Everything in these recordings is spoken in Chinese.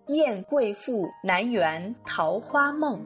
燕贵妇南园桃花梦。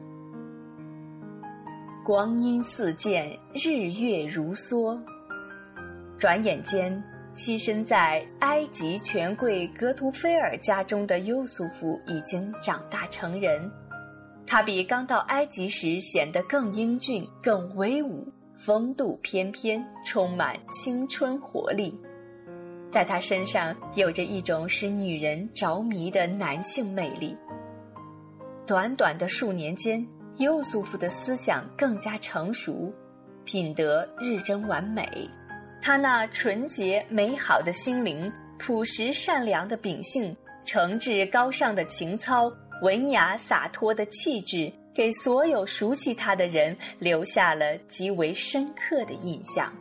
光阴似箭，日月如梭，转眼间，栖身在埃及权贵格图菲尔家中的优素福已经长大成人。他比刚到埃及时显得更英俊、更威武，风度翩翩，充满青春活力。在他身上有着一种使女人着迷的男性魅力。短短的数年间，优素福的思想更加成熟，品德日臻完美。他那纯洁美好的心灵，朴实善良的秉性，诚挚高尚的情操，文雅洒脱的气质，给所有熟悉他的人留下了极为深刻的印象。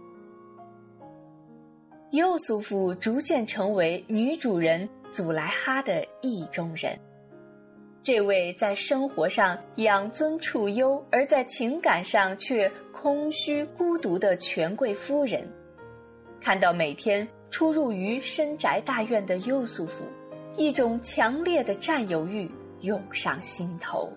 优素福逐渐成为女主人祖莱哈的意中人。这位在生活上养尊处优，而在情感上却空虚孤独的权贵夫人，看到每天出入于深宅大院的优素福，一种强烈的占有欲涌上心头。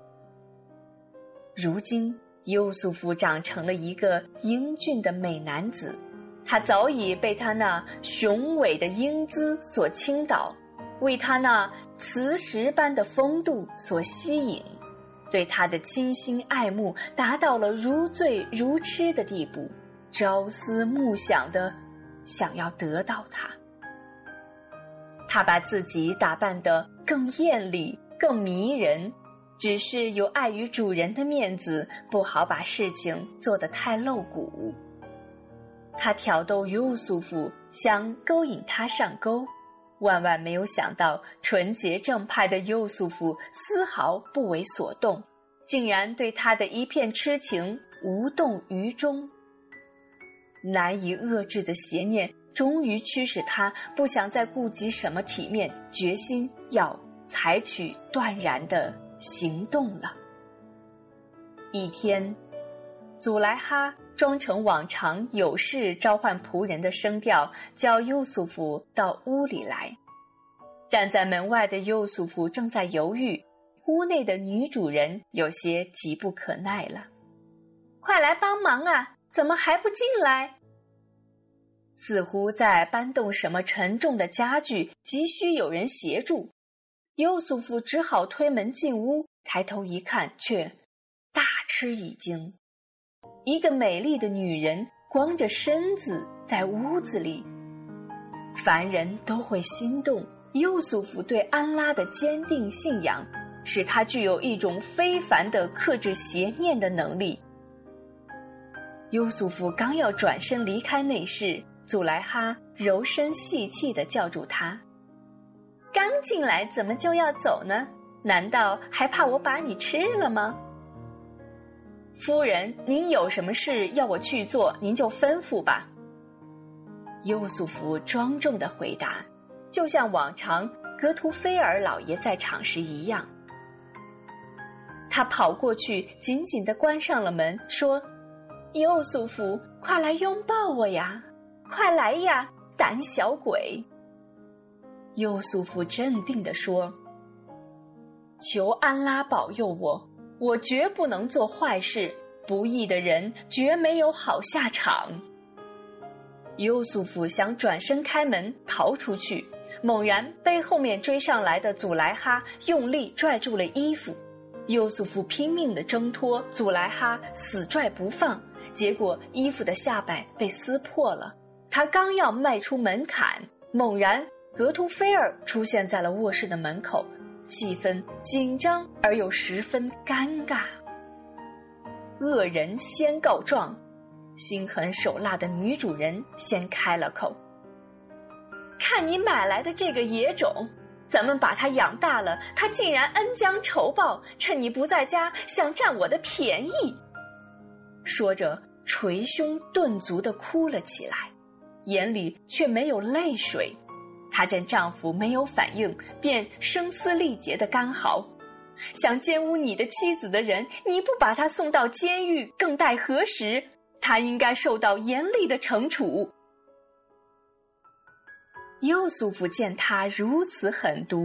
如今，优素福长成了一个英俊的美男子，他早已被他那雄伟的英姿所倾倒，为他那磁石般的风度所吸引，对他的倾心爱慕达到了如醉如痴的地步，朝思暮想的想要得到他。他把自己打扮得更艳丽、更迷人，只是有碍于主人的面子，不好把事情做得太露骨。他挑逗优素福，想勾引他上钩，万万没有想到纯洁正派的优素福丝毫不为所动，竟然对他的一片痴情无动于衷。难以遏制的邪念终于驱使他不想再顾及什么体面，决心要采取断然的行动了。一天，祖莱哈装成往常有事召唤仆人的声调，叫优素福到屋里来。站在门外的优素福正在犹豫，屋内的女主人有些急不可耐了。快来帮忙啊，怎么还不进来？似乎在搬动什么沉重的家具，急需有人协助。优素福只好推门进屋，抬头一看，却大吃一惊。一个美丽的女人光着身子在屋子里，凡人都会心动。优素福对安拉的坚定信仰，使他具有一种非凡的克制邪念的能力。优素福刚要转身离开内室，祖莱哈柔声细气地叫住他：刚进来怎么就要走呢？难道还怕我把你吃了吗？夫人，您有什么事要我去做，您就吩咐吧。优素福庄重地回答，就像往常格图菲尔老爷在场时一样。他跑过去，紧紧地关上了门，说：优素福，快来拥抱我呀，快来呀，胆小鬼。优素福镇定地说：求安拉保佑我，我绝不能做坏事，不义的人绝没有好下场。优素福想转身开门逃出去，猛然被后面追上来的祖莱哈用力拽住了衣服。优素福拼命地挣脱，祖莱哈死拽不放，结果衣服的下摆被撕破了。他刚要迈出门槛，猛然格图菲尔出现在了卧室的门口，气氛紧张而又十分尴尬。恶人先告状，心狠手辣的女主人先开了口：看你买来的这个野种，咱们把它养大了，它竟然恩将仇报，趁你不在家想占我的便宜。说着捶胸顿足地哭了起来，眼里却没有泪水。她见丈夫没有反应，便声嘶力竭地干嚎：想奸污你的妻子的人，你不把他送到监狱，更待何时？他应该受到严厉的惩处。优素福见他如此狠毒，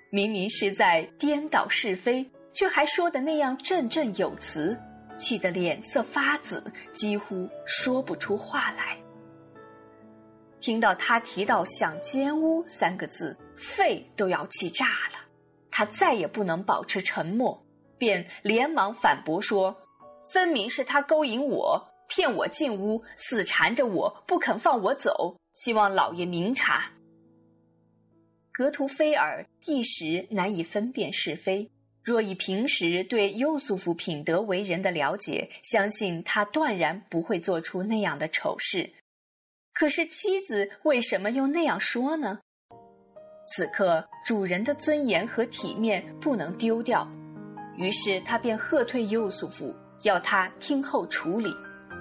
明明是在颠倒是非，却还说得那样振振有词，气得脸色发紫，几乎说不出话来。听到他提到想奸污3个字，肺都要气炸了。他再也不能保持沉默，便连忙反驳说，分明是他勾引我，骗我进屋，死缠着我，不肯放我走，希望老爷明察。格图菲尔一时难以分辨是非，若以平时对优素福品德为人的了解，相信他断然不会做出那样的丑事。可是妻子为什么又那样说呢？此刻主人的尊严和体面不能丢掉，于是他便喝退优素福，要他听候处理。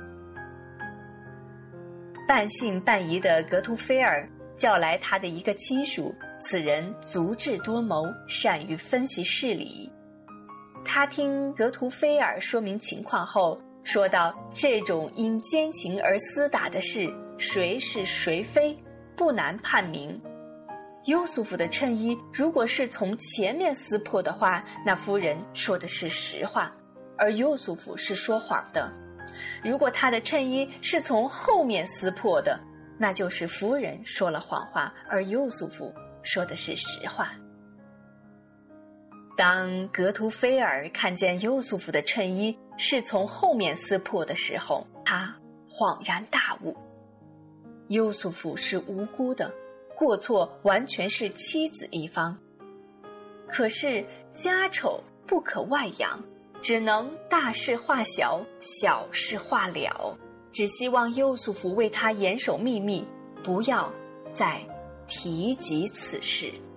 半信半疑的格图菲尔叫来他的一个亲属，此人足智多谋，善于分析事理。他听格图菲尔说明情况后，说道，这种因奸情而厮打的事，谁是谁非，不难判明。优素福的衬衣如果是从前面撕破的话，那夫人说的是实话，而优素福是说谎的。如果他的衬衣是从后面撕破的，那就是夫人说了谎话，而优素福说的是实话。当格图菲尔看见优素福的衬衣是从后面撕破的时候，他恍然大悟，优素福是无辜的，过错完全是妻子一方。可是家丑不可外扬，只能大事化小，小事化了，只希望优素福为他严守秘密，不要再提及此事。